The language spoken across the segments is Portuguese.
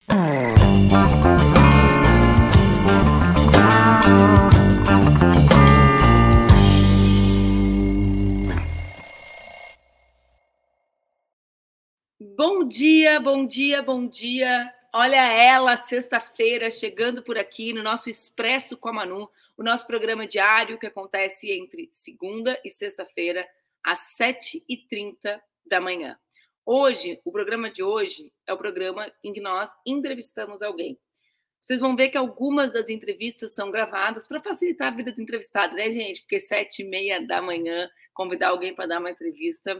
Bom dia, bom dia, bom dia. Olha ela, sexta-feira, chegando por aqui no nosso Expresso com a Manu, o nosso programa diário que acontece entre segunda e sexta-feira, às 7h30 da manhã. Hoje, o programa de hoje é o programa em que nós entrevistamos alguém. Vocês vão ver que algumas das entrevistas são gravadas para facilitar a vida do entrevistado, né, gente? Porque 7h30 da manhã, convidar alguém para dar uma entrevista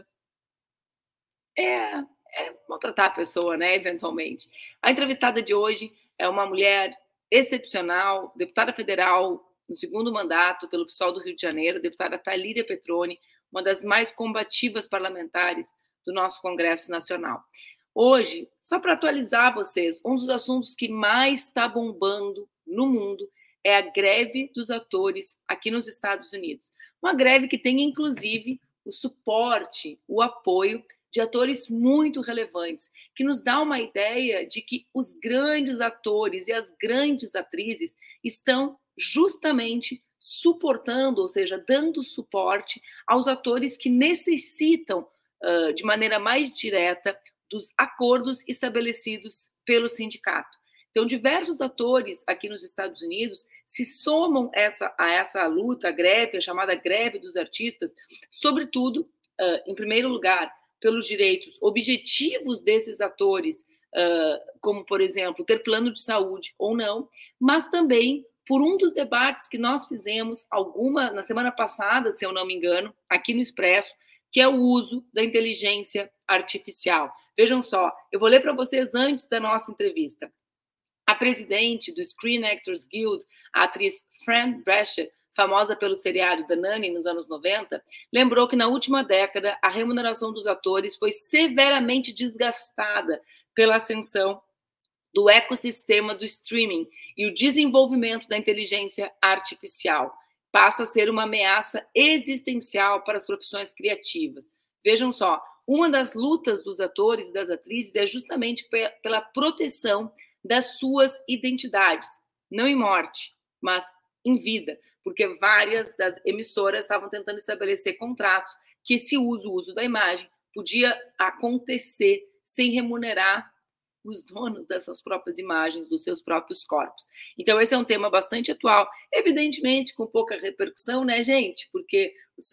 é maltratar a pessoa, né, eventualmente. A entrevistada de hoje é uma mulher excepcional, deputada federal no segundo mandato pelo PSOL do Rio de Janeiro, deputada Thalíria Petroni, uma das mais combativas parlamentares do nosso Congresso Nacional. Hoje, só para atualizar vocês, um dos assuntos que mais está bombando no mundo é a greve dos atores aqui nos Estados Unidos. Uma greve que tem, inclusive, o suporte, o apoio de atores muito relevantes, que nos dá uma ideia de que os grandes atores e as grandes atrizes estão justamente suportando, ou seja, dando suporte aos atores que necessitam, de maneira mais direta, dos acordos estabelecidos pelo sindicato. Então, diversos atores aqui nos Estados Unidos se somam a essa luta, a greve, a chamada greve dos artistas, sobretudo, em primeiro lugar, pelos direitos objetivos desses atores, como, por exemplo, ter plano de saúde ou não, mas também por um dos debates que nós fizemos na semana passada, se eu não me engano, aqui no Expresso, que é o uso da inteligência artificial. Vejam só, eu vou ler para vocês antes da nossa entrevista. A presidente do Screen Actors Guild, a atriz Fran Drescher, famosa pelo seriado The Nanny nos anos 90, lembrou que na última década a remuneração dos atores foi severamente desgastada pela ascensão do ecossistema do streaming e o desenvolvimento da inteligência artificial. Passa a ser uma ameaça existencial para as profissões criativas. Vejam só, uma das lutas dos atores e das atrizes é justamente pela proteção das suas identidades, não em morte, mas em vida, porque várias das emissoras estavam tentando estabelecer contratos que esse uso da imagem podia acontecer sem remunerar os donos dessas próprias imagens, dos seus próprios corpos. Então, esse é um tema bastante atual, evidentemente com pouca repercussão, né, gente? Porque,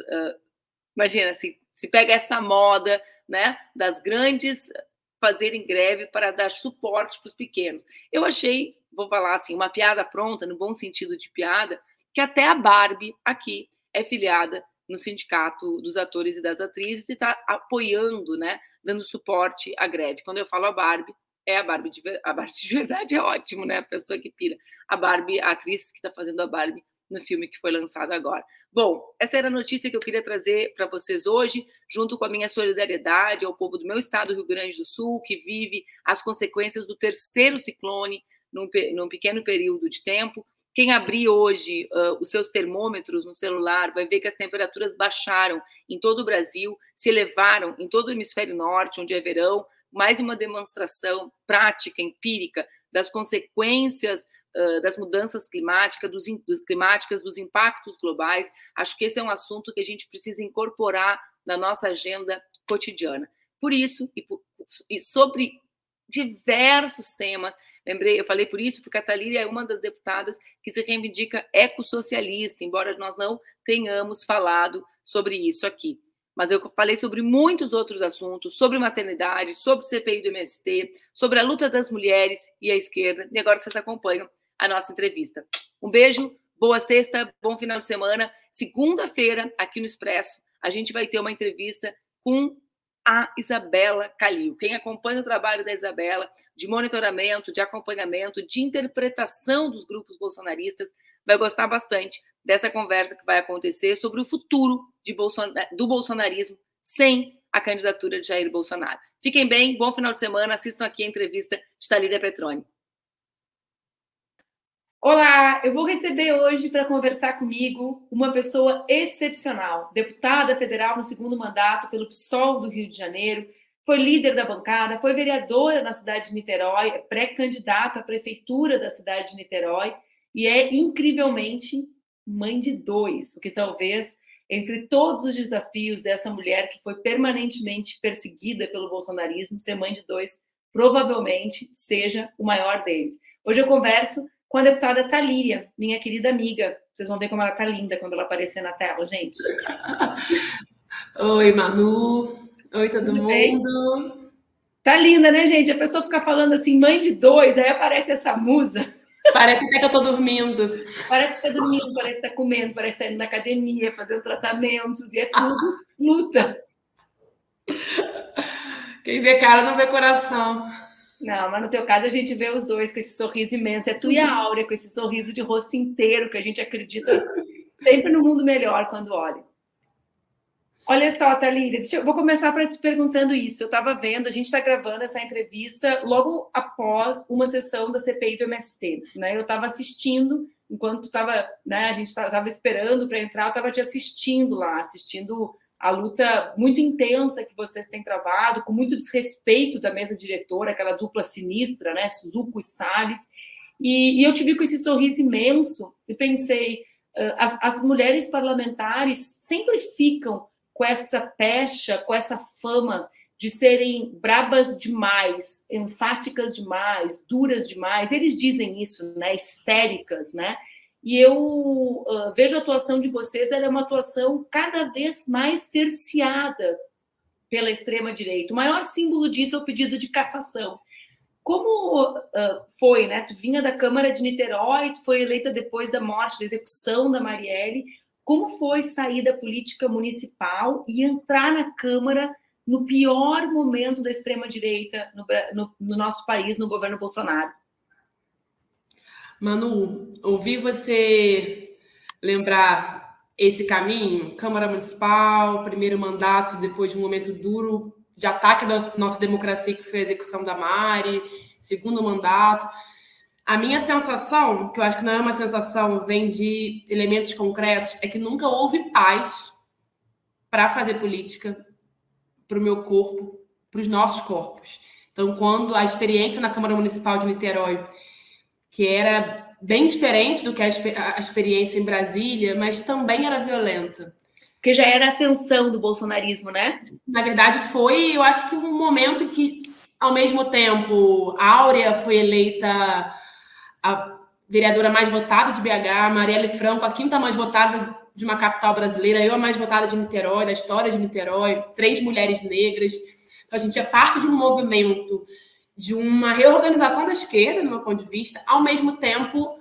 imagina, se pega essa moda, né, das grandes fazerem greve para dar suporte para os pequenos. Eu achei, vou falar assim, uma piada pronta, no bom sentido de piada, que até a Barbie aqui é filiada no Sindicato dos Atores e das Atrizes e está apoiando, né, dando suporte à greve. Quando eu falo a Barbie de verdade é ótimo, né, a pessoa que pira. A Barbie, a atriz que está fazendo a Barbie no filme que foi lançado agora. Bom, essa era a notícia que eu queria trazer para vocês hoje, junto com a minha solidariedade ao povo do meu estado, Rio Grande do Sul, que vive as consequências do terceiro ciclone num pequeno período de tempo. Quem abrir hoje os seus termômetros no celular vai ver que as temperaturas baixaram em todo o Brasil, se elevaram em todo o hemisfério norte, onde é verão, mais uma demonstração prática, empírica, das consequências das mudanças climáticas, dos impactos globais. Acho que esse é um assunto que a gente precisa incorporar na nossa agenda cotidiana. Por isso, e sobre diversos temas, eu falei por isso, porque a Thalíria é uma das deputadas que se reivindica ecossocialista, embora nós não tenhamos falado sobre isso aqui. Mas eu falei sobre muitos outros assuntos, sobre maternidade, sobre CPI do MST, sobre a luta das mulheres e a esquerda, e agora vocês acompanham a nossa entrevista. Um beijo, boa sexta, bom final de semana. Segunda-feira, aqui no Expresso, a gente vai ter uma entrevista com a Isabela Calil. Quem acompanha o trabalho da Isabela, de monitoramento, de acompanhamento, de interpretação dos grupos bolsonaristas, vai gostar bastante dessa conversa que vai acontecer sobre o futuro do bolsonarismo sem a candidatura de Jair Bolsonaro. Fiquem bem, bom final de semana, assistam aqui a entrevista de Thalíria Petroni. Olá, eu vou receber hoje para conversar comigo uma pessoa excepcional, deputada federal no segundo mandato pelo PSOL do Rio de Janeiro, foi líder da bancada, foi vereadora na cidade de Niterói, é pré-candidata à prefeitura da cidade de Niterói e é incrivelmente mãe de 2, o que talvez, entre todos os desafios dessa mulher que foi permanentemente perseguida pelo bolsonarismo, ser mãe de 2 provavelmente seja o maior deles. Hoje eu converso com a deputada Thalíria, minha querida amiga. Vocês vão ver como ela tá linda quando ela aparecer na tela, gente. Oi, Manu. Oi, todo Tudo mundo. Bem? Tá linda, né, gente? A pessoa fica falando assim, mãe de 2, aí aparece essa musa. Parece até que eu tô dormindo. Parece que tá dormindo, parece que tá comendo, parece que tá indo na academia, fazendo tratamentos, e é tudo luta. Quem vê cara não vê coração. Não, mas no teu caso a gente vê os 2 com esse sorriso imenso. É tu e a Áurea com esse sorriso de rosto inteiro que a gente acredita sempre no mundo melhor quando olha. Olha só, Thalíria, eu vou começar te perguntando isso. Eu estava vendo, a gente está gravando essa entrevista logo após uma sessão da CPI do MST. Né? Eu estava assistindo, enquanto estava, né, a gente estava esperando para entrar, eu estava te assistindo lá, assistindo a luta muito intensa que vocês têm travado, com muito desrespeito da mesa diretora, aquela dupla sinistra, né, Zucco e Salles. E eu te vi com esse sorriso imenso e pensei, as mulheres parlamentares sempre ficam com essa pecha, com essa fama de serem brabas demais, enfáticas demais, duras demais. Eles dizem isso, né? Histéricas, né? E eu vejo a atuação de vocês, ela é uma atuação cada vez mais cerceada pela extrema-direita. O maior símbolo disso é o pedido de cassação. Como foi, né? Tu vinha da Câmara de Niterói, tu foi eleita depois da morte, da execução da Marielle. Como foi sair da política municipal e entrar na Câmara no pior momento da extrema-direita no nosso país, no governo Bolsonaro? Manu, ouvi você lembrar esse caminho, Câmara Municipal, primeiro mandato, depois de um momento duro de ataque da nossa democracia, que foi a execução da Mari, segundo mandato. A minha sensação, que eu acho que não é uma sensação, vem de elementos concretos, é que nunca houve paz para fazer política para o meu corpo, para os nossos corpos. Então, quando a experiência na Câmara Municipal de Niterói, que era bem diferente do que a experiência em Brasília, mas também era violenta. Porque já era a ascensão do bolsonarismo, né? Na verdade, foi, eu acho que um momento em que, ao mesmo tempo, a Áurea foi eleita a vereadora mais votada de BH, Marielle Franco, a quinta mais votada de uma capital brasileira, eu a mais votada de Niterói, da história de Niterói, 3 mulheres negras. Então, a gente é parte de um movimento, de uma reorganização da esquerda, no meu ponto de vista. Ao mesmo tempo,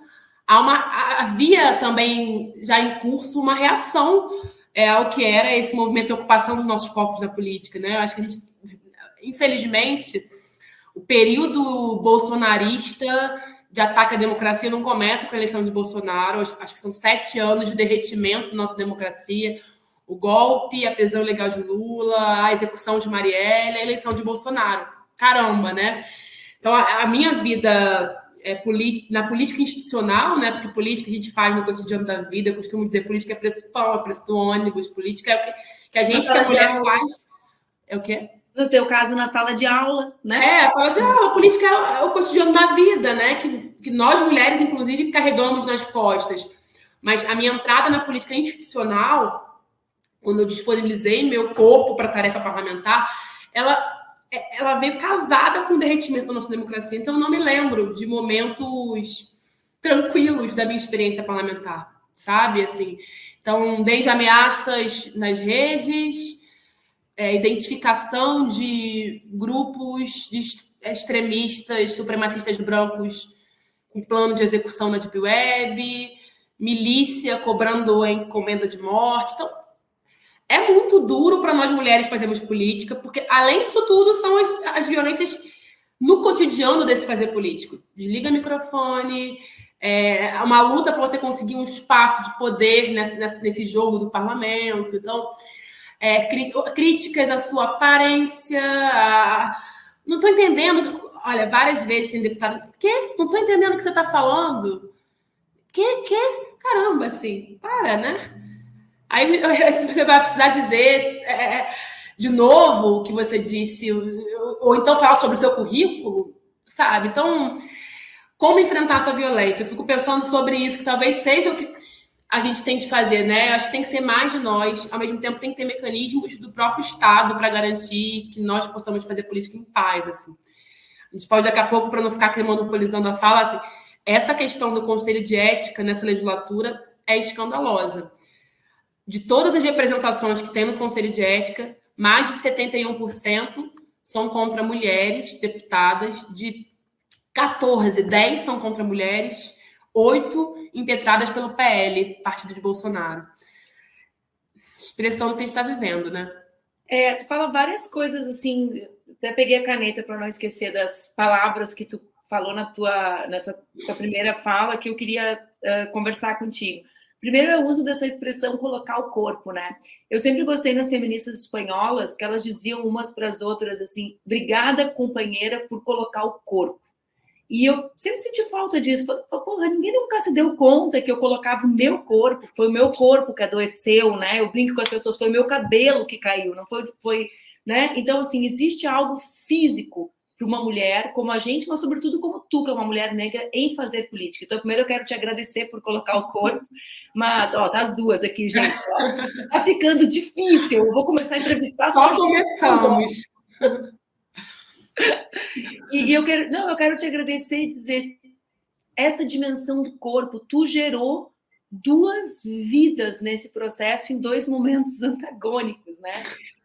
havia também, já em curso, uma reação ao que era esse movimento de ocupação dos nossos corpos na política. Né? Eu acho que a gente, infelizmente, o período bolsonarista de ataque à democracia não começa com a eleição de Bolsonaro. Acho que são 7 anos de derretimento da nossa democracia. O golpe, a prisão ilegal de Lula, a execução de Marielle, a eleição de Bolsonaro. Caramba, né? Então, a minha vida na política institucional, né? Porque política a gente faz no cotidiano da vida. Eu costumo dizer, política é preço do pão, é preço do ônibus. Política é o que a gente, que a mulher faz. É o quê? No teu caso, na sala de aula, né? A sala de aula. A política é o cotidiano da vida, né? Que nós, mulheres, inclusive, carregamos nas costas. Mas a minha entrada na política institucional, quando eu disponibilizei meu corpo para a tarefa parlamentar, ela veio casada com o derretimento da nossa democracia. Então, eu não me lembro de momentos tranquilos da minha experiência parlamentar, sabe? Assim, então, desde ameaças nas redes, identificação de grupos de extremistas, supremacistas brancos com plano de execução na Deep Web, milícia cobrando a encomenda de morte. Então, é muito duro para nós mulheres fazermos política, porque, além disso tudo, são as violências no cotidiano desse fazer político. Desliga microfone, uma luta para você conseguir um espaço de poder nesse jogo do parlamento. Então, críticas à sua aparência. Não estou entendendo. Olha, várias vezes tem deputado. Quê? Não estou entendendo o que você está falando. Quê? Caramba, assim. Para, né? Aí você vai precisar dizer de novo o que você disse, ou então falar sobre o seu currículo, sabe? Então, como enfrentar essa violência? Eu fico pensando sobre isso, que talvez seja o que a gente tem de fazer, né? Eu acho que tem que ser mais de nós, ao mesmo tempo tem que ter mecanismos do próprio Estado para garantir que nós possamos fazer política em paz, assim. A gente pode, daqui a pouco, para não ficar monopolizando a fala, assim, essa questão do Conselho de Ética nessa legislatura é escandalosa. De todas as representações que tem no Conselho de Ética, mais de 71% são contra mulheres deputadas, de 14, 10 são contra mulheres, 8 impetradas pelo PL, partido de Bolsonaro. Expressão do que a gente está vivendo, né? Tu fala várias coisas, assim, até peguei a caneta para não esquecer das palavras que tu falou nessa tua primeira fala, que eu queria conversar contigo. Primeiro, é o uso dessa expressão colocar o corpo, né? Eu sempre gostei nas feministas espanholas que elas diziam umas para as outras assim, obrigada, companheira, por colocar o corpo. E eu sempre senti falta disso. Porra, ninguém nunca se deu conta que eu colocava o meu corpo, foi o meu corpo que adoeceu, né? Eu brinco com as pessoas, foi o meu cabelo que caiu, não foi, né? Então, assim, existe algo físico para uma mulher como a gente, mas sobretudo como tu, que é uma mulher negra, em fazer política. Então, primeiro eu quero te agradecer por colocar o corpo, mas, ó, tá as duas aqui, gente, ó. Tá ficando difícil, eu vou começar a entrevistar só começamos. E eu quero te agradecer e dizer, essa dimensão do corpo, tu gerou 2 vidas nesse processo em 2 momentos antagônicos, né?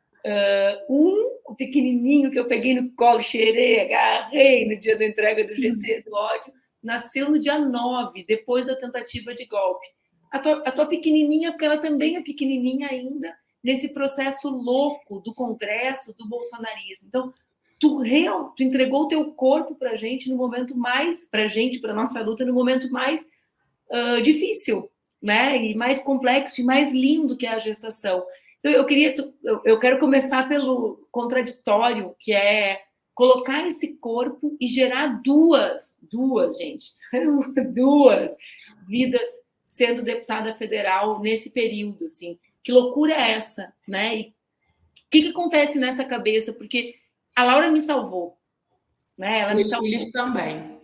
O pequenininho que eu peguei no colo, cheirei, agarrei no dia da entrega do GT do ódio, nasceu no dia 9, depois da tentativa de golpe. A tua pequenininha, porque ela também é pequenininha ainda, nesse processo louco do Congresso, do bolsonarismo. Então, tu entregou o teu corpo para a gente no momento mais, para nossa luta, no momento mais difícil, né? E mais complexo e mais lindo que é a gestação. Então, eu quero começar pelo contraditório, que é colocar esse corpo e gerar duas, gente, 2 vidas sendo deputada federal nesse período, assim. Que loucura é essa, né? E o que acontece nessa cabeça? Porque a Laura me salvou, né? Ela Meus filhos também.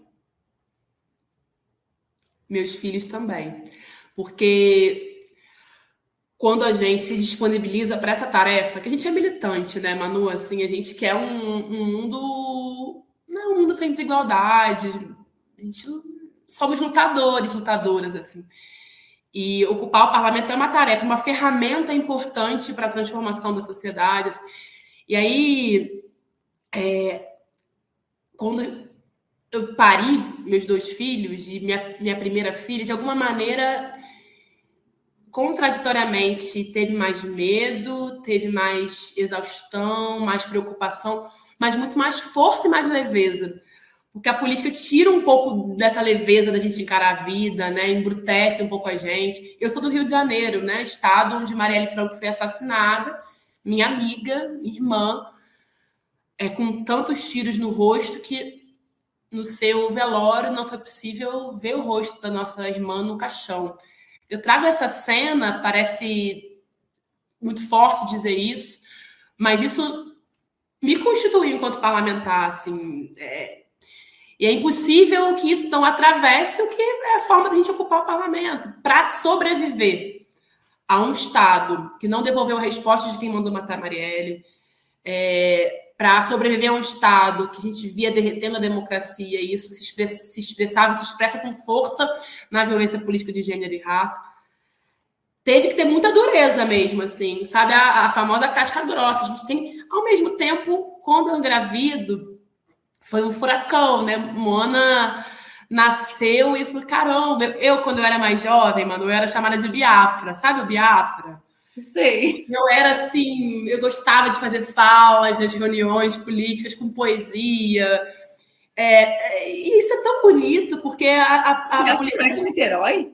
Meus filhos também. Porque quando a gente se disponibiliza para essa tarefa, que a gente é militante, né, Manu? Assim, a gente quer um mundo, não, um mundo sem desigualdade. A gente somos lutadoras, assim. E ocupar o parlamento é uma tarefa, uma ferramenta importante para a transformação da sociedade. Assim. E aí, quando eu pari meus 2 filhos e minha primeira filha, de alguma maneira, contraditoriamente, teve mais medo, teve mais exaustão, mais preocupação, mas muito mais força e mais leveza. Porque a política tira um pouco dessa leveza da gente encarar a vida, né? Embrutece um pouco a gente. Eu sou do Rio de Janeiro, né? Estado onde Marielle Franco foi assassinada, minha amiga, minha irmã, com tantos tiros no rosto que no seu velório não foi possível ver o rosto da nossa irmã no caixão. Eu trago essa cena, parece muito forte dizer isso, mas isso me constituiu enquanto parlamentar, assim, e é impossível que isso não atravesse o que é a forma de a gente ocupar o parlamento, para sobreviver a um Estado que não devolveu a resposta de quem mandou matar a Marielle, para sobreviver a um Estado que a gente via derretendo a democracia, e isso se expressa com força na violência política de gênero e raça. Teve que ter muita dureza mesmo, assim, sabe? A famosa casca grossa. A gente tem, ao mesmo tempo, quando eu engravido, foi um furacão, né? Moana nasceu e eu falei, caramba, quando eu era mais jovem, mano, eu era chamada de Biafra, sabe o Biafra? Sei. Eu era assim, eu gostava de fazer falas nas reuniões políticas com poesia. E isso é tão bonito, porque a política de Niterói?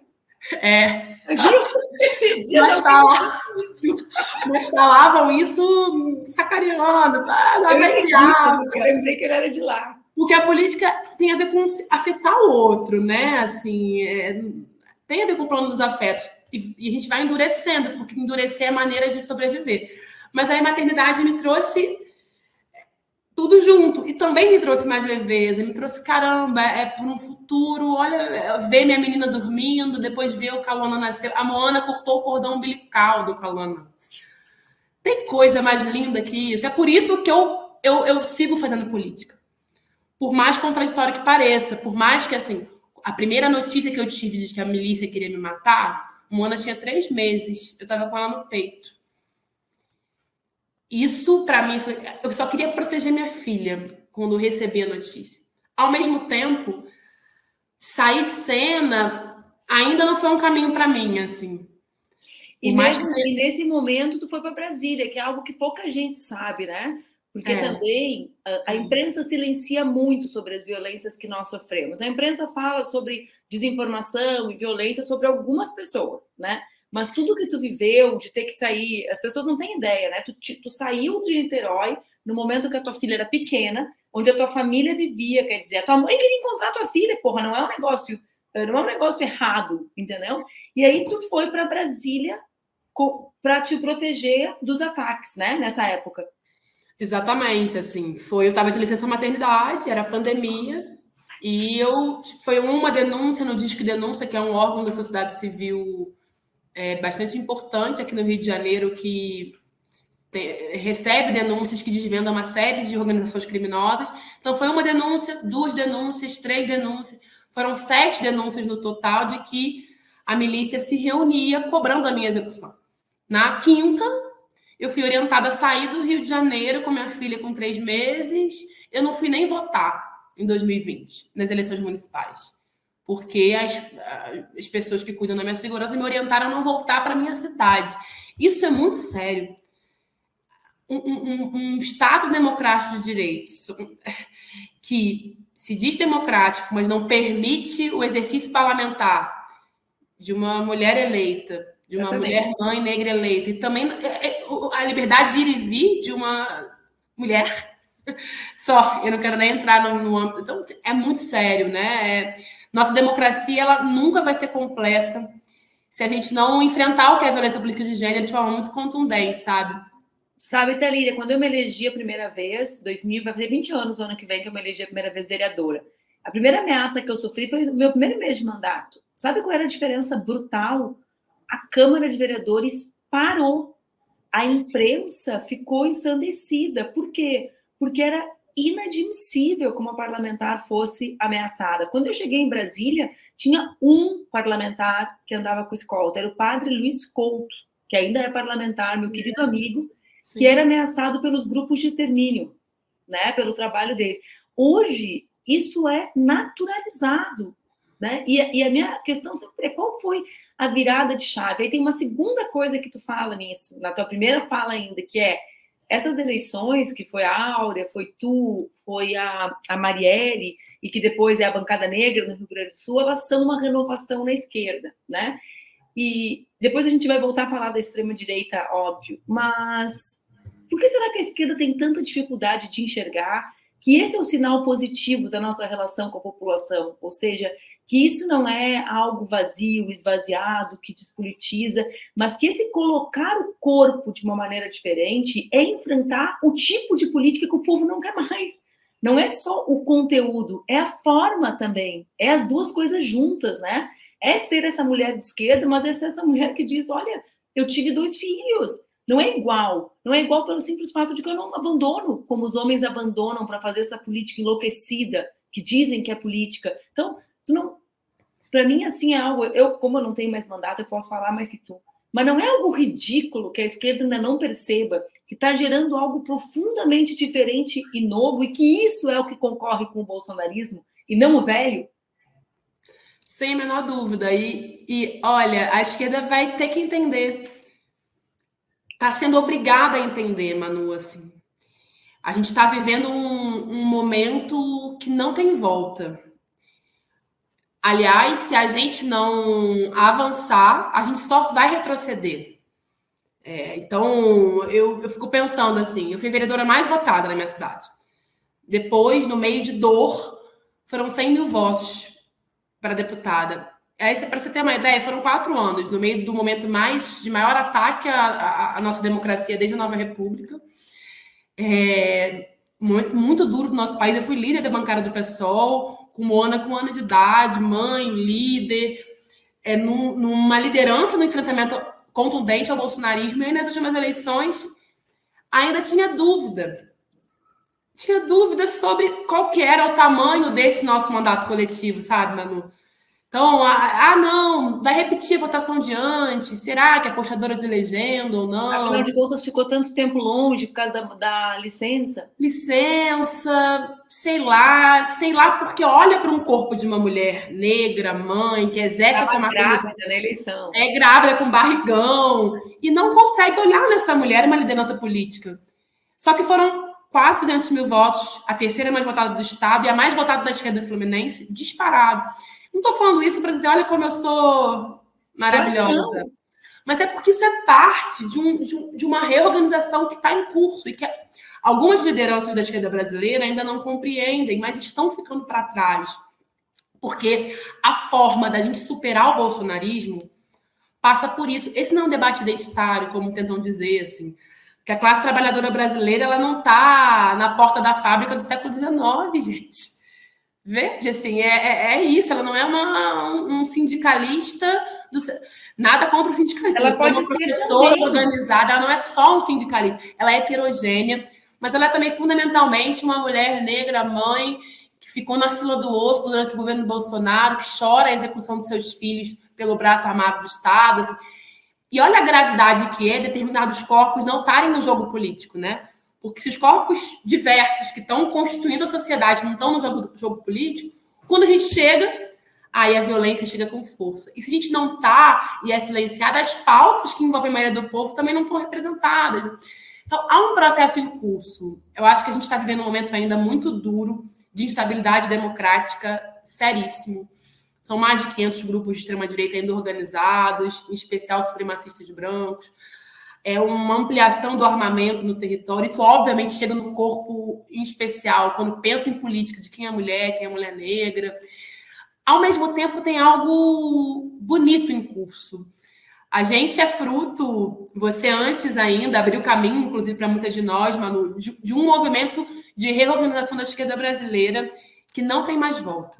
Mas falavam isso sacaneando. Eu lembrei que ele era de lá. Porque a política tem a ver com afetar o outro, né? Assim, tem a ver com o plano dos afetos. E a gente vai endurecendo, porque endurecer é a maneira de sobreviver. Mas aí a maternidade me trouxe tudo junto. E também me trouxe mais leveza, me trouxe, caramba, por um futuro, olha, ver minha menina dormindo, depois ver o Cauana nascer. A Moana cortou o cordão umbilical do Cauana. Tem coisa mais linda que isso. É por isso que eu sigo fazendo política. Por mais contraditório que pareça, por mais que, assim, a primeira notícia que eu tive de que a milícia queria me matar, Moana tinha 3 meses, eu estava com ela no peito. Isso, para mim, foi... Eu só queria proteger minha filha quando eu recebi a notícia. Ao mesmo tempo, sair de cena ainda não foi um caminho para mim, assim. E nesse momento, tu foi para Brasília, que é algo que pouca gente sabe, né? Porque também a imprensa silencia muito sobre as violências que nós sofremos. A imprensa fala sobre desinformação e violência sobre algumas pessoas, né? Mas tudo que tu viveu, de ter que sair... As pessoas não têm ideia, né? Tu saiu de Niterói no momento que a tua filha era pequena, onde a tua família vivia, quer dizer, a tua mãe queria encontrar a tua filha, porra, não é um negócio errado, entendeu? E aí tu foi para Brasília para te proteger dos ataques, né? Nessa época. Exatamente, assim, eu estava de licença maternidade, era pandemia, e foi uma denúncia no Disque Denúncia, que é um órgão da sociedade civil bastante importante aqui no Rio de Janeiro, que recebe denúncias que desvendam uma série de organizações criminosas. Então, foi uma denúncia, 2 denúncias, 3 denúncias, foram 7 denúncias no total de que a milícia se reunia cobrando a minha execução. Na 5ª, eu fui orientada a sair do Rio de Janeiro com minha filha com 3 meses. Eu não fui nem votar em 2020, nas eleições municipais, porque as pessoas que cuidam da minha segurança me orientaram a não voltar para a minha cidade. Isso é muito sério. Um Estado democrático de direitos que se diz democrático, mas não permite o exercício parlamentar de uma mulher eleita, de uma mulher mãe negra eleita, e também a liberdade de ir e vir de uma mulher só. Eu não quero nem entrar no âmbito. Então, é muito sério, né? Nossa democracia, ela nunca vai ser completa se a gente não enfrentar o que é a violência política de gênero de forma muito contundente, sabe? Sabe, Thalíria, quando eu me elegi a primeira vez, vai fazer 20 anos o ano que vem que eu me elegi a primeira vez vereadora. A primeira ameaça que eu sofri foi no meu primeiro mês de mandato. Sabe qual era a diferença brutal? A Câmara de Vereadores parou. A imprensa ficou ensandecida. Por quê? Porque era inadmissível que uma parlamentar fosse ameaçada. Quando eu cheguei em Brasília, tinha um parlamentar que andava com escolta. Era o padre Luiz Couto, que ainda é parlamentar, meu querido amigo, Sim. que era ameaçado pelos grupos de extermínio, né? Pelo trabalho dele. Hoje, isso é naturalizado, né? E a minha questão sempre é qual foi a virada de chave. Aí tem uma segunda coisa que tu fala nisso, na tua primeira fala ainda, que é essas eleições, que foi a Áurea, foi tu, foi a Marielle, e que depois é a bancada negra no Rio Grande do Sul, elas são uma renovação na esquerda, né? E depois a gente vai voltar a falar da extrema-direita, óbvio, mas por que será que a esquerda tem tanta dificuldade de enxergar que esse é o sinal positivo da nossa relação com a população? Ou seja, que isso não é algo vazio, esvaziado, que despolitiza, mas que esse colocar o corpo de uma maneira diferente é enfrentar o tipo de política que o povo não quer mais. Não é só o conteúdo, é a forma também. É as duas coisas juntas, né? É ser essa mulher de esquerda, mas é ser essa mulher que diz, olha, eu tive 2 filhos. Não é igual pelo simples fato de que eu não abandono, como os homens abandonam para fazer essa política enlouquecida, que dizem que é política. Então, tu não... Para mim, assim, é algo... Como eu não tenho mais mandato, eu posso falar mais que tu. Mas não é algo ridículo que a esquerda ainda não perceba que está gerando algo profundamente diferente e novo e que isso é o que concorre com o bolsonarismo e não o velho? Sem a menor dúvida. E olha, a esquerda vai ter que entender. Está sendo obrigada a entender, Manu, assim. A gente está vivendo um momento que não tem volta. Aliás, se a gente não avançar, a gente só vai retroceder. Então, eu fico pensando assim, eu fui a vereadora mais votada na minha cidade. Depois, no meio de dor, foram 100 mil votos para deputada. Para você ter uma ideia, foram 4 anos, no meio do momento de maior ataque à nossa democracia desde a Nova República. Um momento muito duro do nosso país. Eu fui líder da bancada do PSOL, com um ano de idade, mãe, líder, numa liderança no enfrentamento contundente ao bolsonarismo. E aí, nas últimas eleições, ainda tinha dúvida. Tinha dúvida sobre qual que era o tamanho desse nosso mandato coletivo, sabe, Manu? Então, não, vai repetir a votação de antes? Será que é portadora de legenda ou não? Afinal de contas, ficou tanto tempo longe por causa da licença? Licença, sei lá, porque olha para um corpo de uma mulher negra, mãe, que exerce essa grávida na eleição. É grávida, com barrigão, e não consegue olhar nessa mulher uma liderança política. Só que foram quase 200 mil votos, a terceira mais votada do Estado e a mais votada da esquerda fluminense, disparado. Não estou falando isso para dizer, olha como eu sou maravilhosa. Mas é porque isso é parte de uma reorganização que está em curso e que algumas lideranças da esquerda brasileira ainda não compreendem, mas estão ficando para trás. Porque a forma da gente superar o bolsonarismo passa por isso. Esse não é um debate identitário, como tentam dizer, assim. Que a classe trabalhadora brasileira ela não está na porta da fábrica do século XIX, gente. Veja, assim, é isso. Ela não é um sindicalista. Nada contra o sindicalista. Ela pode ser uma professora organizada. Ela não é só um sindicalista. Ela é heterogênea, mas ela é também fundamentalmente uma mulher negra, mãe, que ficou na fila do osso durante o governo Bolsonaro, que chora a execução dos seus filhos pelo braço armado do Estado, assim. E olha a gravidade que é determinados corpos não estarem no jogo político, né? Porque se os corpos diversos que estão constituindo a sociedade não estão no jogo político, quando a gente chega, aí a violência chega com força. E se a gente não está e é silenciada, as pautas que envolvem a maioria do povo também não estão representadas. Então, há um processo em curso. Eu acho que a gente está vivendo um momento ainda muito duro de instabilidade democrática seríssimo. São mais de 500 grupos de extrema-direita ainda organizados, em especial supremacistas brancos. É uma ampliação do armamento no território. Isso, obviamente, chega no corpo em especial, quando penso em política de quem é mulher negra. Ao mesmo tempo, tem algo bonito em curso. A gente é fruto, você antes ainda abriu caminho, inclusive para muitas de nós, Manu, de um movimento de reorganização da esquerda brasileira que não tem mais volta.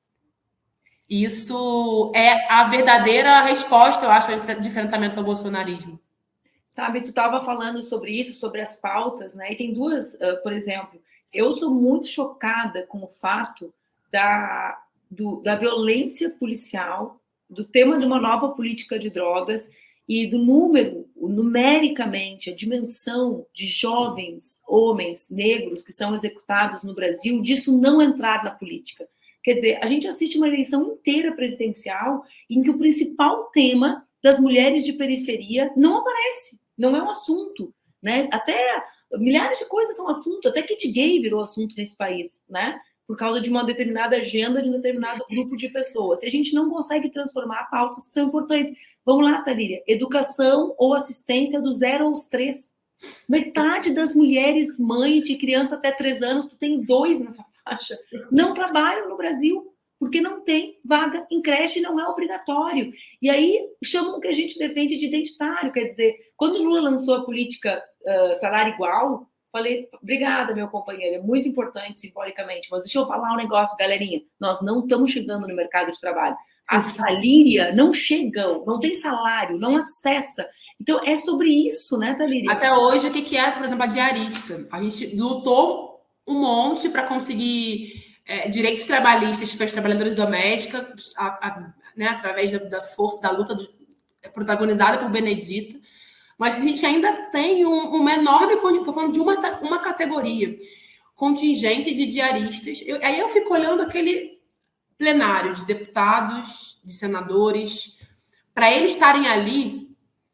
Isso é a verdadeira resposta, eu acho, de enfrentamento ao bolsonarismo. Sabe, tu estava falando sobre isso, sobre as pautas, né? E tem duas, por exemplo, eu sou muito chocada com o fato da violência policial, do tema de uma nova política de drogas e do número, numericamente, a dimensão de jovens, homens, negros que são executados no Brasil, disso não entrar na política. Quer dizer, a gente assiste uma eleição inteira presidencial em que o principal tema das mulheres de periferia não aparece, não é um assunto, né? Até milhares de coisas são assunto, até kit gay virou assunto nesse país, né? Por causa de uma determinada agenda de um determinado grupo de pessoas. E a gente não consegue transformar pautas que são importantes. Vamos lá, Thalíria. Educação ou assistência dos 0 aos 3. Metade das mulheres mães de criança até 3 anos, tu tem 2 nessa faixa, não trabalham no Brasil, porque não tem vaga em creche, não é obrigatório. E aí chamam o que a gente defende de identitário. Quer dizer, quando o Lula lançou a política salário igual, falei, obrigada, meu companheiro, é muito importante simbolicamente, mas deixa eu falar um negócio, galerinha, nós não estamos chegando no mercado de trabalho. As Thalíria não chegam, não tem salário, não acessa. Então, é sobre isso, né, Thalíria? Até hoje, o que é, por exemplo, a diarista? A gente lutou um monte para conseguir direitos trabalhistas para os trabalhadores domésticos, né, através da força da luta protagonizada por Benedita. Mas a gente ainda tem uma enorme, estou falando de uma categoria, contingente de diaristas. Aí eu fico olhando aquele plenário de deputados, de senadores, para eles estarem ali,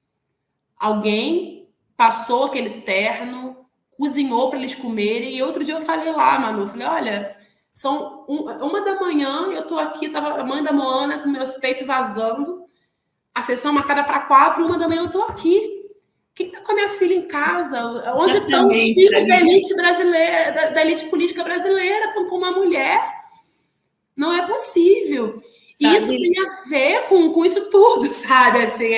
alguém passou aquele terno, cozinhou para eles comerem, e outro dia eu falei lá, Manu, eu falei, olha, são 1 da manhã, eu estou aqui, estava a mãe da Moana com meus peitos vazando, a sessão marcada para 4, 1 da manhã eu estou aqui. Quem está com a minha filha em casa? Onde estão os filhos da elite brasileira, da elite política brasileira? Estão com uma mulher? Não é possível. E isso tem a ver com isso tudo, sabe? Assim,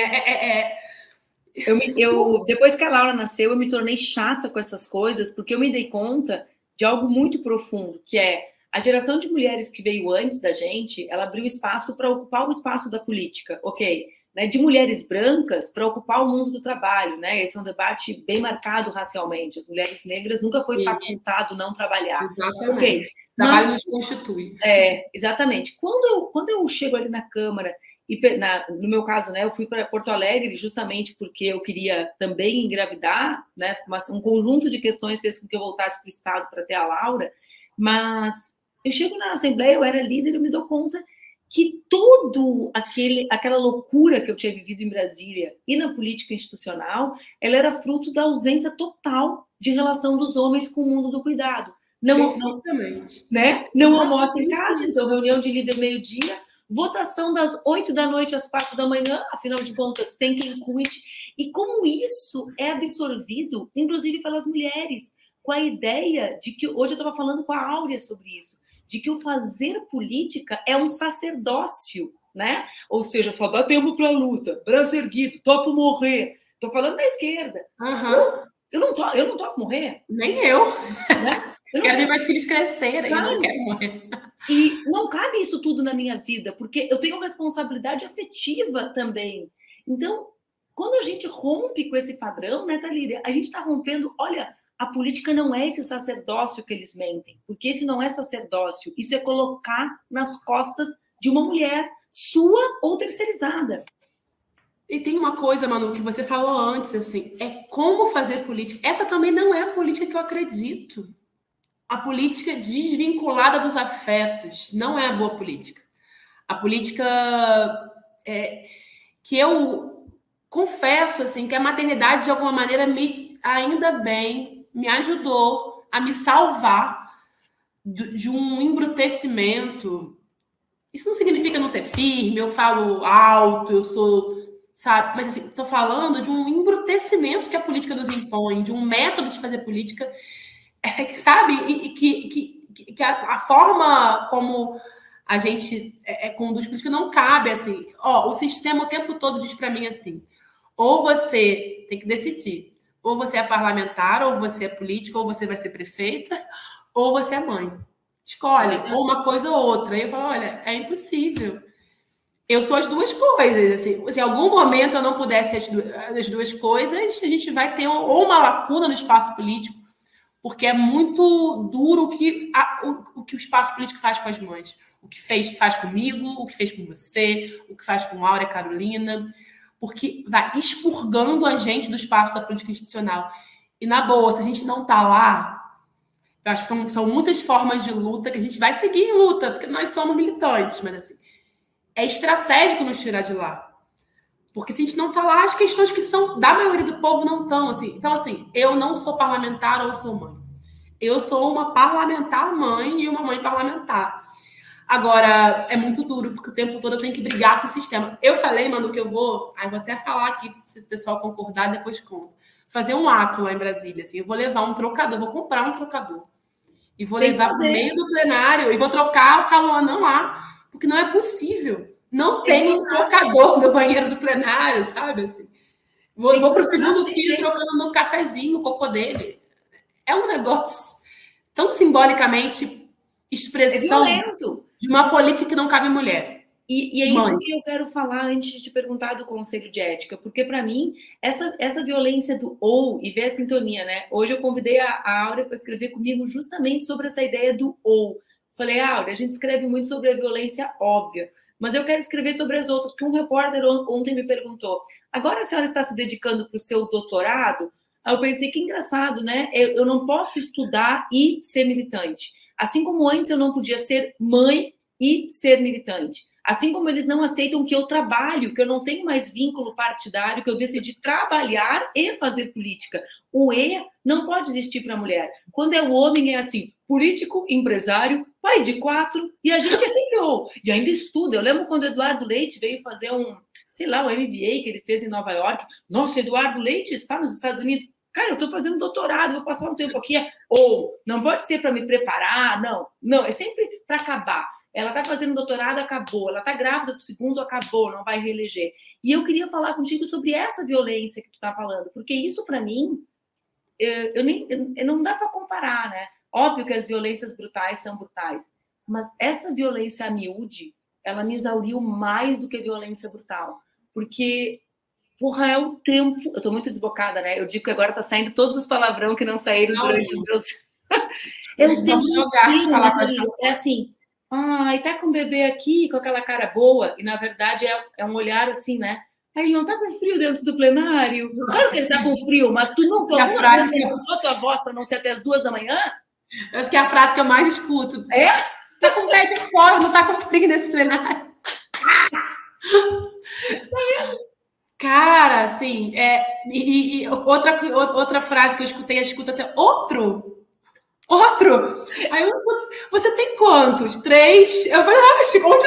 Depois que a Laura nasceu, eu me tornei chata com essas coisas, porque eu me dei conta de algo muito profundo, que é a geração de mulheres que veio antes da gente, ela abriu espaço para ocupar o espaço da política, ok? Né? De mulheres brancas para ocupar o mundo do trabalho, né? Esse é um debate bem marcado racialmente. As mulheres negras nunca foi facultado não trabalhar. Exatamente. Okay. Trabalho nos constitui. Exatamente. Quando eu chego ali na Câmara, no meu caso, né, eu fui para Porto Alegre justamente porque eu queria também engravidar, né? Um conjunto de questões fez com que eu voltasse para o Estado para ter a Laura, mas eu chego na Assembleia, eu era líder, eu me dou conta que aquela loucura que eu tinha vivido em Brasília e na política institucional, ela era fruto da ausência total de relação dos homens com o mundo do cuidado. Não almoço em casa, então reunião de líder meio-dia, votação das 8 da noite às 4 da manhã, afinal de contas, tem quem cuide. E como isso é absorvido, inclusive pelas mulheres, com a ideia de que, hoje eu estava falando com a Áurea sobre isso, de que o fazer política é um sacerdócio, né? Ou seja, só dá tempo para a luta, braço erguido, topo morrer. Estou falando da esquerda. Uhum. Eu não topo morrer. Nem eu. Né? Eu quero ver meus filhos crescerem, claro. Eu não quero morrer. E não cabe isso tudo na minha vida, porque eu tenho responsabilidade afetiva também. Então, quando a gente rompe com esse padrão, né, Thalíria? A gente está rompendo, olha, a política não é esse sacerdócio que eles mentem, porque isso não é sacerdócio, isso é colocar nas costas de uma mulher, sua ou terceirizada. E tem uma coisa, Manu, que você falou antes, assim, é como fazer política. Essa também não é a política que eu acredito. A política desvinculada dos afetos não é a boa política. A política que eu confesso, assim, que a maternidade, de alguma maneira, ainda bem, me ajudou a me salvar de um embrutecimento. Isso não significa não ser firme, eu falo alto, eu sou... Sabe? Mas, assim, estou falando de um embrutecimento que a política nos impõe, de um método de fazer política... sabe? E que a forma como a gente conduz política não cabe, assim. O sistema o tempo todo diz para mim assim, ou você tem que decidir, ou você é parlamentar, ou você é política, ou você vai ser prefeita, ou você é mãe. Escolhe, ou uma coisa ou outra. Aí eu falo, olha, é impossível. Eu sou as duas coisas, assim. Se em algum momento eu não pudesse as duas coisas, a gente vai ter ou uma lacuna no espaço político, porque é muito duro o que o espaço político faz com as mães. O que faz comigo, o que fez com você, o que faz com Áurea, Carolina, porque vai expurgando a gente do espaço da política institucional. E, na boa, se a gente não está lá, eu acho que são muitas formas de luta que a gente vai seguir em luta, porque nós somos militantes, mas assim, é estratégico nos tirar de lá. Porque se a gente não está lá, as questões que são da maioria do povo não estão. Assim. Então, assim, eu não sou parlamentar ou sou mãe. Eu sou uma parlamentar mãe e uma mãe parlamentar. Agora, é muito duro, porque o tempo todo eu tenho que brigar com o sistema. Eu falei, Manu, que eu vou até falar aqui, se o pessoal concordar, depois conto. Fazer um ato lá em Brasília. Assim, eu vou levar um trocador, vou comprar um trocador. E vou levar para o meio do plenário e vou trocar o Caluanã lá. Porque não é possível. Não tem um trocador no banheiro do plenário, sabe? Assim. Vou para o segundo filho trocando no cafezinho, no cocô dele. É um negócio tão simbolicamente expressão de uma política que não cabe mulher. E é isso que eu quero falar antes de te perguntar do Conselho de Ética, porque, para mim, essa violência do ou e ver a sintonia, né? Hoje eu convidei a Áurea para escrever comigo justamente sobre essa ideia do ou. Falei, Áurea, a gente escreve muito sobre a violência óbvia, mas eu quero escrever sobre as outras, porque um repórter ontem me perguntou, agora a senhora está se dedicando para o seu doutorado? Aí eu pensei, que engraçado, né? Eu não posso estudar e ser militante. Assim como antes eu não podia ser mãe e ser militante. Assim como eles não aceitam que eu trabalho, que eu não tenho mais vínculo partidário, que eu decidi trabalhar e fazer política. O E não pode existir para a mulher. Quando é o homem, é assim, político, empresário, pai de 4, e a gente é sempre O. E ainda estuda. Eu lembro quando o Eduardo Leite veio fazer um MBA que ele fez em Nova York. Nossa, Eduardo Leite está nos Estados Unidos. Cara, eu estou fazendo doutorado, vou passar um tempo aqui. Ou, não pode ser para me preparar, não, é sempre para acabar. Ela está fazendo doutorado, acabou. Ela está grávida do segundo, acabou, não vai reeleger. E eu queria falar contigo sobre essa violência que tu está falando, porque isso, para mim, não dá para comparar, né? Óbvio que as violências brutais são brutais, mas essa violência a miúde, ela me exauriu mais do que a violência brutal. Porque, porra, é o tempo... Eu tô muito desbocada, né? Eu digo que agora tá saindo todos os palavrão que não saíram durante os meus... Vamos jogar as palavras. É assim, e tá com o bebê aqui, com aquela cara boa, e na verdade é um olhar assim, né? Aí ele não tá com frio dentro do plenário. Claro que ele tá com frio, mas tu nunca levantou tua voz para não ser até as 2 da manhã? Eu acho que é a frase que eu mais escuto. É? Tá com o pé de fora, não tá com frio nesse plenário. Tá vendo? Cara, assim, e outra frase que eu escuto até outro. Aí você tem quantos? 3? Eu falei, onde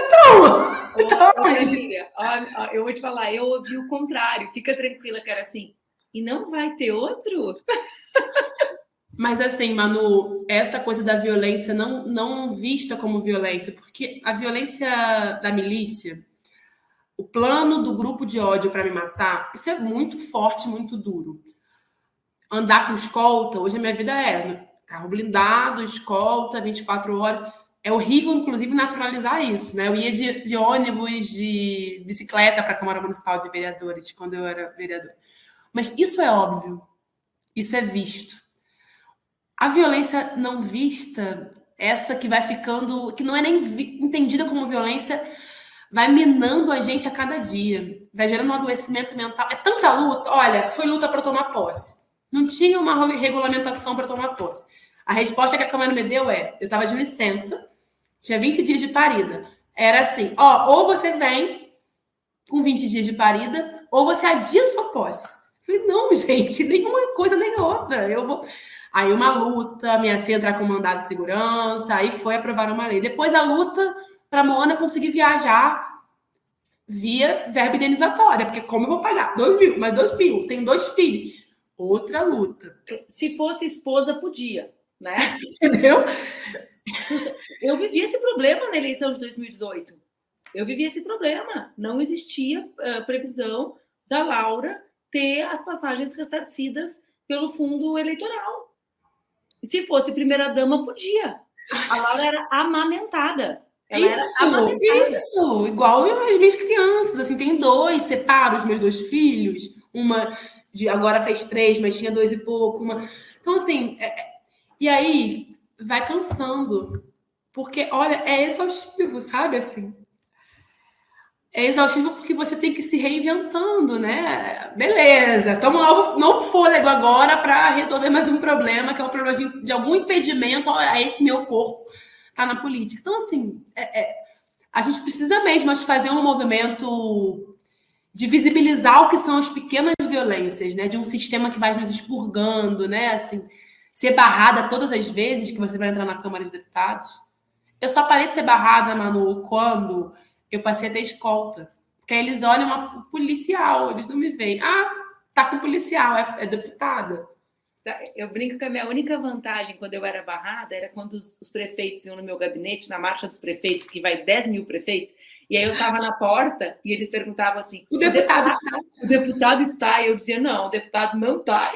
estão? Eu vou te falar, eu ouvi o contrário. Fica tranquila, cara, assim. E não vai ter outro? Mas assim, Manu, essa coisa da violência não vista como violência, porque a violência da milícia, o plano do grupo de ódio para me matar, isso é muito forte, muito duro. Andar com escolta, hoje a minha vida carro blindado, escolta, 24 horas. É horrível, inclusive, naturalizar isso, né? Eu ia de ônibus, de bicicleta para a Câmara Municipal de Vereadores, quando eu era vereadora. Mas isso é óbvio. Isso é visto. A violência não vista, essa que vai ficando... que não é nem entendida como violência, vai minando a gente a cada dia. Vai gerando um adoecimento mental. É tanta luta. Olha, foi luta para tomar posse. Não tinha uma regulamentação para tomar posse. A resposta que a Câmara me deu eu estava de licença, tinha 20 dias de parida. Era assim, ou você vem com 20 dias de parida, ou você adia sua posse. Eu falei, não, gente, nenhuma coisa nem outra. Eu vou... Aí uma luta, ameacei entrar com mandado de segurança, aí foi aprovar uma lei. Depois a luta para a Moana conseguir viajar via verba indenizatória, porque como eu vou pagar? 2 mil, mais 2 mil, tenho 2 filhos. Outra luta. Se fosse esposa, podia, né? Entendeu? Eu vivi esse problema na eleição de 2018. Eu vivi esse problema. Não existia previsão da Laura ter as passagens ressarcidas pelo fundo eleitoral. Se fosse primeira-dama, podia. A Laura era amamentada. Isso, igual as minhas crianças. Assim, tem 2, separo os meus 2 filhos. Uma agora fez 3, mas tinha 2 e pouco. Então, assim, e aí vai cansando. Porque, olha, é exaustivo, sabe? Assim, é exaustivo porque você tem que se reinventando, né? Beleza, estamos novo fôlego agora para resolver mais um problema, que é o problema de algum impedimento a esse meu corpo tá na política. Então, assim, a gente precisa mesmo fazer um movimento de visibilizar o que são as pequenas violências, né? De um sistema que vai nos expurgando, né? Assim, ser barrada todas as vezes que você vai entrar na Câmara de Deputados. Eu só parei de ser barrada, Manu, quando eu passei a ter escolta. Porque aí eles olham uma policial, eles não me veem. Tá com policial, é deputada. Eu brinco que a minha única vantagem quando eu era barrada era quando os prefeitos iam no meu gabinete, na marcha dos prefeitos, que vai 10 mil prefeitos, e aí eu estava na porta e eles perguntavam assim, o deputado está? O deputado está? E eu dizia, não, o deputado não está.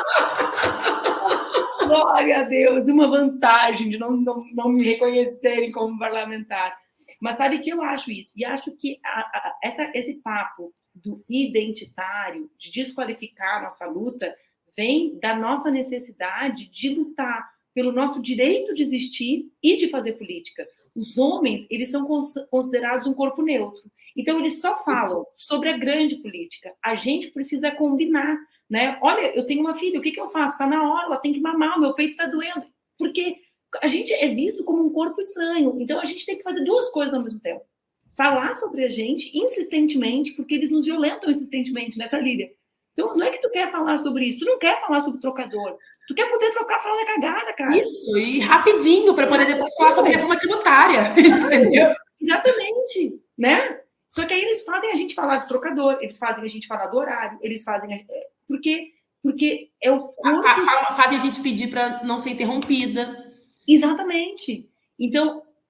Glória a Deus, uma vantagem de não me reconhecerem como parlamentar. Mas sabe que eu acho isso? E acho que esse papo do identitário, de desqualificar a nossa luta, vem da nossa necessidade de lutar pelo nosso direito de existir e de fazer política. Os homens, eles são considerados um corpo neutro. Então, eles só falam sobre a grande política. A gente precisa combinar, né? Olha, eu tenho uma filha, o que eu faço? Está na hora, ela tem que mamar, o meu peito está doendo. Porque a gente é visto como um corpo estranho. Então, a gente tem que fazer 2 coisas ao mesmo tempo. Falar sobre a gente insistentemente, porque eles nos violentam insistentemente, né, Thalília? Então, não é que tu quer falar sobre isso, tu não quer falar sobre trocador, tu quer poder trocar falando da cagada, cara. Isso, e rapidinho, para poder depois falar sobre reforma tributária, entendeu? Exatamente, né? Só que aí eles fazem a gente falar do trocador, eles fazem a gente falar do horário, eles fazem... Porque é o corpo... Fazem a gente pedir para não ser interrompida. Exatamente. Então,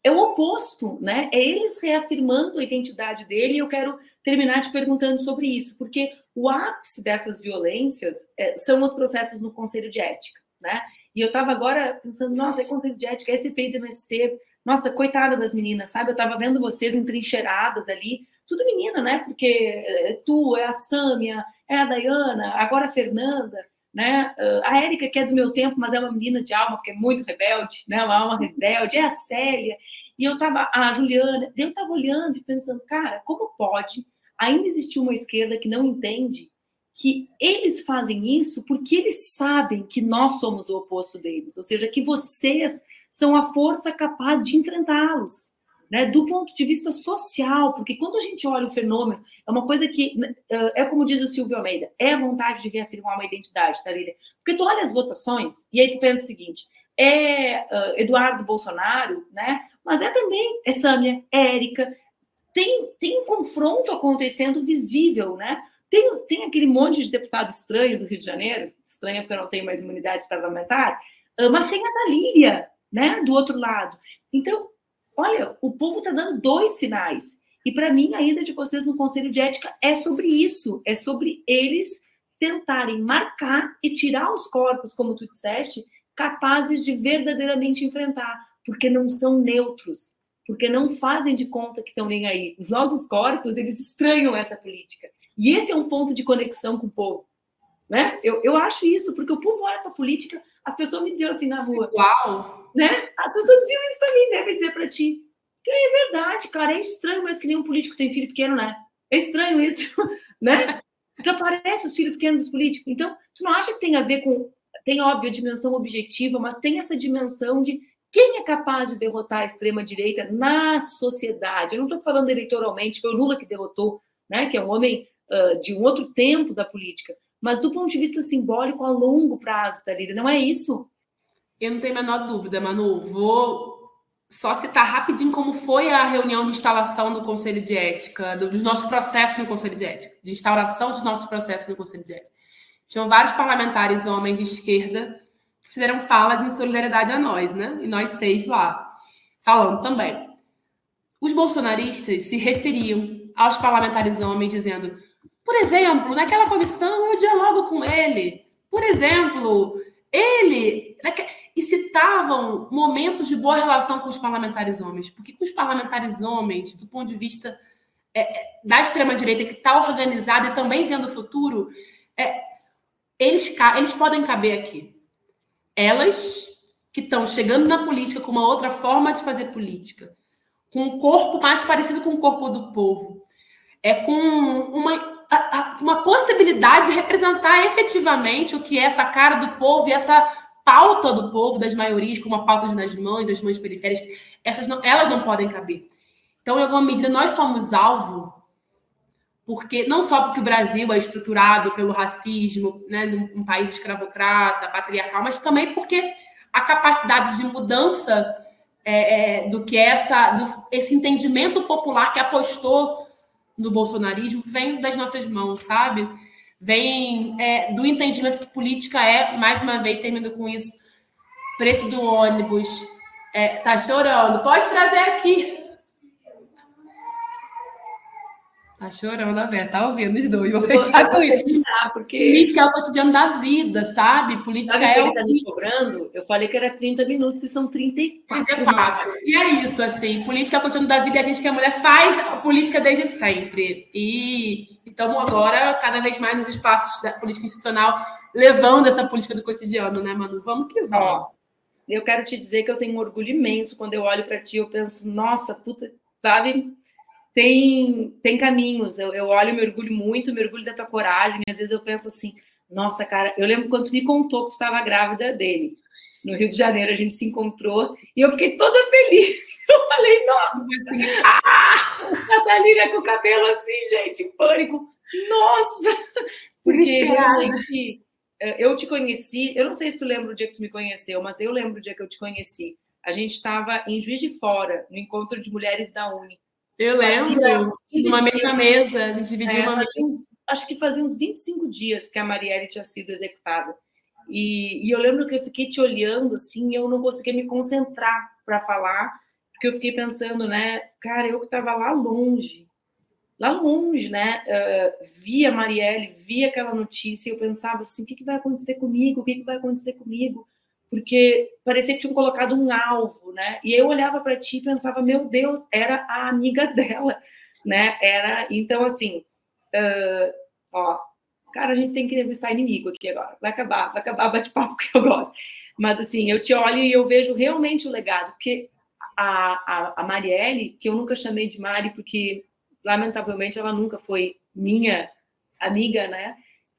é o oposto, né? É eles reafirmando a identidade dele, e eu quero terminar te perguntando sobre isso, porque o ápice dessas violências são os processos no Conselho de Ética, né? E eu estava agora pensando, nossa, é Conselho de Ética, é CPI do MST, nossa, coitada das meninas, sabe? Eu estava vendo vocês entrincheiradas ali, tudo menina, né? Porque tu, é a Sâmia, é a Dayana, agora a Fernanda, né? A Érica, que é do meu tempo, mas é uma menina de alma, porque é muito rebelde, né? Uma alma rebelde, é a Célia, e a Juliana, eu estava olhando e pensando, cara, como pode ainda existir uma esquerda que não entende que eles fazem isso porque eles sabem que nós somos o oposto deles, ou seja, que vocês são a força capaz de enfrentá-los, né? Do ponto de vista social, porque quando a gente olha o fenômeno, é uma coisa que, é como diz o Silvio Almeida, é a vontade de reafirmar uma identidade, tá, Lília? Porque tu olha as votações e aí tu pensa o seguinte, Eduardo Bolsonaro, né? Mas também Sâmia, é Érica, tem um confronto acontecendo visível, né? Tem aquele monte de deputado estranho do Rio de Janeiro, estranho porque eu não tenho mais imunidade parlamentar, mas tem a Lília, né, do outro lado. Então, olha, o povo está dando 2 sinais. E, para mim, a ida de vocês no Conselho de Ética é sobre isso. É sobre eles tentarem marcar e tirar os corpos, como tu disseste, capazes de verdadeiramente enfrentar, porque não são neutros, porque não fazem de conta que estão nem aí. Os nossos corpos, eles estranham essa política. E esse é um ponto de conexão com o povo. Né? Eu acho isso, porque o povo olha para a política, as pessoas me diziam assim na rua. Uau! Né? As pessoas diziam isso para mim, deve dizer para ti. Que é verdade, cara, é estranho, mas que nenhum político tem filho pequeno, né? É estranho isso, né? Desaparece os filhos pequenos dos políticos. Então, tu não acha que tem a ver com... Tem, óbvio, a dimensão objetiva, mas tem essa dimensão de quem é capaz de derrotar a extrema-direita na sociedade. Eu não estou falando eleitoralmente, foi o Lula que derrotou, né? Que é um homem de um outro tempo da política. Mas do ponto de vista simbólico, a longo prazo, Thalita, não é isso? Eu não tenho a menor dúvida, Manu. Vou só citar rapidinho como foi a reunião de instalação do Conselho de Ética, dos nossos processos no Conselho de Ética, de instauração dos nossos processos no Conselho de Ética. Tinham vários parlamentares, homens de esquerda, que fizeram falas em solidariedade a nós, né? E nós 6 lá, falando também. Os bolsonaristas se referiam aos parlamentares homens dizendo, por exemplo, naquela comissão eu dialogo com ele. Por exemplo, ele... E citavam momentos de boa relação com os parlamentares homens. Porque com os parlamentares homens, do ponto de vista da extrema-direita, que está organizada e também vendo o futuro, eles podem caber aqui. Elas que estão chegando na política com uma outra forma de fazer política, com um corpo mais parecido com o corpo do povo, com uma possibilidade de representar efetivamente o que é essa cara do povo e essa pauta do povo, das maiorias, como a pauta das mães periféricas, elas não podem caber. Então, em alguma medida, nós somos alvo, porque não só porque o Brasil é estruturado pelo racismo, né, um país escravocrata, patriarcal, mas também porque a capacidade de mudança do que esse entendimento popular que apostou no bolsonarismo vem das nossas mãos, sabe? Vem do entendimento que política mais uma vez, termino com isso, preço do ônibus, tá chorando, pode trazer aqui. Tá chorando, a Vera, tá ouvindo os dois, vou fechar com isso. Porque... Política é o cotidiano da vida, sabe? Política sabe o que tá me cobrando? Eu falei que era 30 minutos e são 34. 34. E é isso, assim, política é o cotidiano da vida e a gente que é mulher faz a política desde sempre. E estamos agora, cada vez mais nos espaços da política institucional, levando essa política do cotidiano, né, Manu? Vamos que vamos. Eu quero te dizer que eu tenho um orgulho imenso quando eu olho para ti, eu penso, nossa, puta, sabe? Tem caminhos, eu olho e me orgulho muito, me orgulho da tua coragem, e às vezes eu penso assim, nossa, cara, eu lembro quando tu me contou que tu estava grávida dele, no Rio de Janeiro, a gente se encontrou, e eu fiquei toda feliz, eu falei, nossa, a Thalita com o cabelo assim, gente, em pânico, nossa, porque realmente, eu te conheci, eu não sei se tu lembra o dia que tu me conheceu, mas eu lembro o dia que eu te conheci, a gente estava em Juiz de Fora, no encontro de mulheres da Uni. Eu lembro, numa mesma mesa, a gente dividiu uma mesa. Acho que fazia uns 25 dias que a Marielle tinha sido executada. E eu lembro que eu fiquei te olhando, assim, e eu não conseguia me concentrar para falar. porque eu fiquei pensando, né, cara, eu que estava lá longe, né, via a Marielle, via aquela notícia, e eu pensava assim, o que vai acontecer comigo? O que vai acontecer comigo? Porque parecia que tinham colocado um alvo, né? E eu olhava para ti e pensava, meu Deus, era a amiga dela, né? Então, assim, ó, cara, a gente tem que entrevistar inimigo aqui agora. Vai acabar o bate-papo que eu gosto. Mas, assim, eu te olho e eu vejo realmente o legado, porque a Marielle, que eu nunca chamei de Mari, porque, lamentavelmente, ela nunca foi minha amiga, né?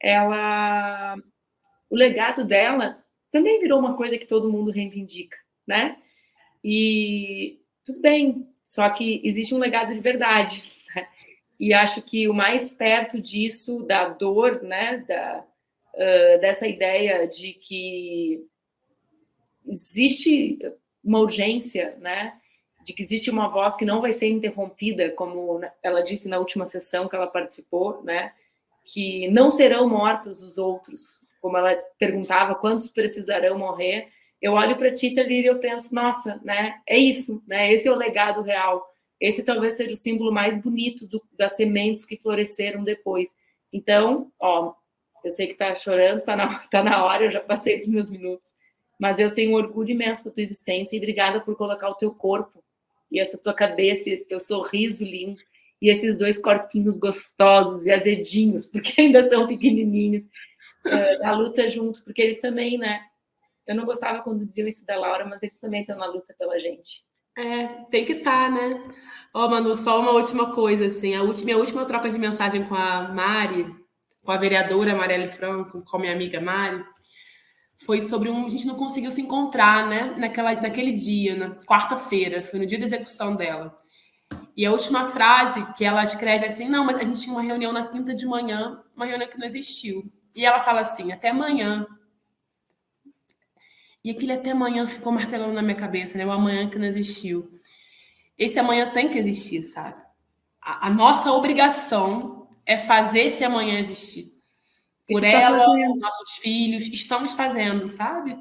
O legado dela também virou uma coisa que todo mundo reivindica, né? E tudo bem, só que existe um legado de verdade, né? E acho que o mais perto disso, da dor, né, dessa ideia de que existe uma urgência, né, de que existe uma voz que não vai ser interrompida, como ela disse na última sessão que ela participou, né, que não serão mortos os outros, como ela perguntava, quantos precisarão morrer. Eu olho para ti, Thalíria, e eu penso, nossa, né, é isso, né, esse é o legado real. Esse talvez seja o símbolo mais bonito das sementes que floresceram depois. Então, ó, eu sei que tá chorando, tá na hora, eu já passei dos meus minutos, mas eu tenho um orgulho imenso da tua existência e obrigada por colocar o teu corpo e essa tua cabeça, e esse teu sorriso lindo e esses dois corpinhos gostosos e azedinhos, porque ainda são pequenininhos, na luta junto, porque eles também, né? Eu não gostava quando diziam isso da Laura, mas eles também estão na luta pela gente. Tem que estar, né? Ó, Manu, só uma última coisa, assim, minha última troca de mensagem com a Mari, com a vereadora Marielle Franco, com a minha amiga Mari, foi sobre a gente não conseguiu se encontrar, né, naquele dia, na quarta-feira, foi no dia da execução dela. E a última frase que ela escreve assim, não, mas a gente tinha uma reunião na quinta de manhã, uma reunião que não existiu. E ela fala assim, até amanhã. E aquele até amanhã ficou martelando na minha cabeça, né, o amanhã que não existiu. Esse amanhã tem que existir, sabe? A nossa obrigação é fazer esse amanhã existir. Por ela, os nossos filhos, estamos fazendo, sabe?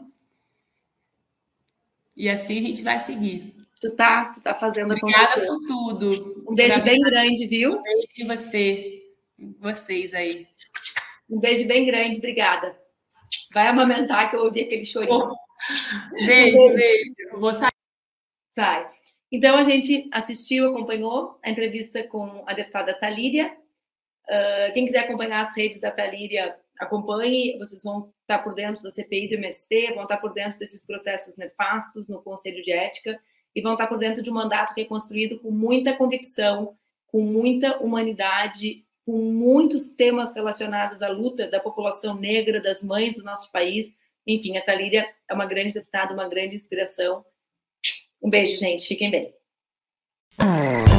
E assim a gente vai seguir. Tu tá fazendo acontecer. Obrigada por tudo. Um beijo bem grande, viu? Um beijo de vocês aí. Um beijo bem grande, obrigada. Vai amamentar que eu ouvi aquele chorinho. Beijo. Vou sair. Sai. Então, a gente assistiu, acompanhou a entrevista com a deputada Thalíria. Quem quiser acompanhar as redes da Thalíria, acompanhe. Vocês vão estar por dentro da CPI do MST, vão estar por dentro desses processos nefastos no Conselho de Ética e vão estar por dentro de um mandato que é construído com muita convicção, com muita humanidade, com muitos temas relacionados à luta da população negra, das mães do nosso país. Enfim, a Thalíria é uma grande deputada, uma grande inspiração. Um beijo, gente. Fiquem bem.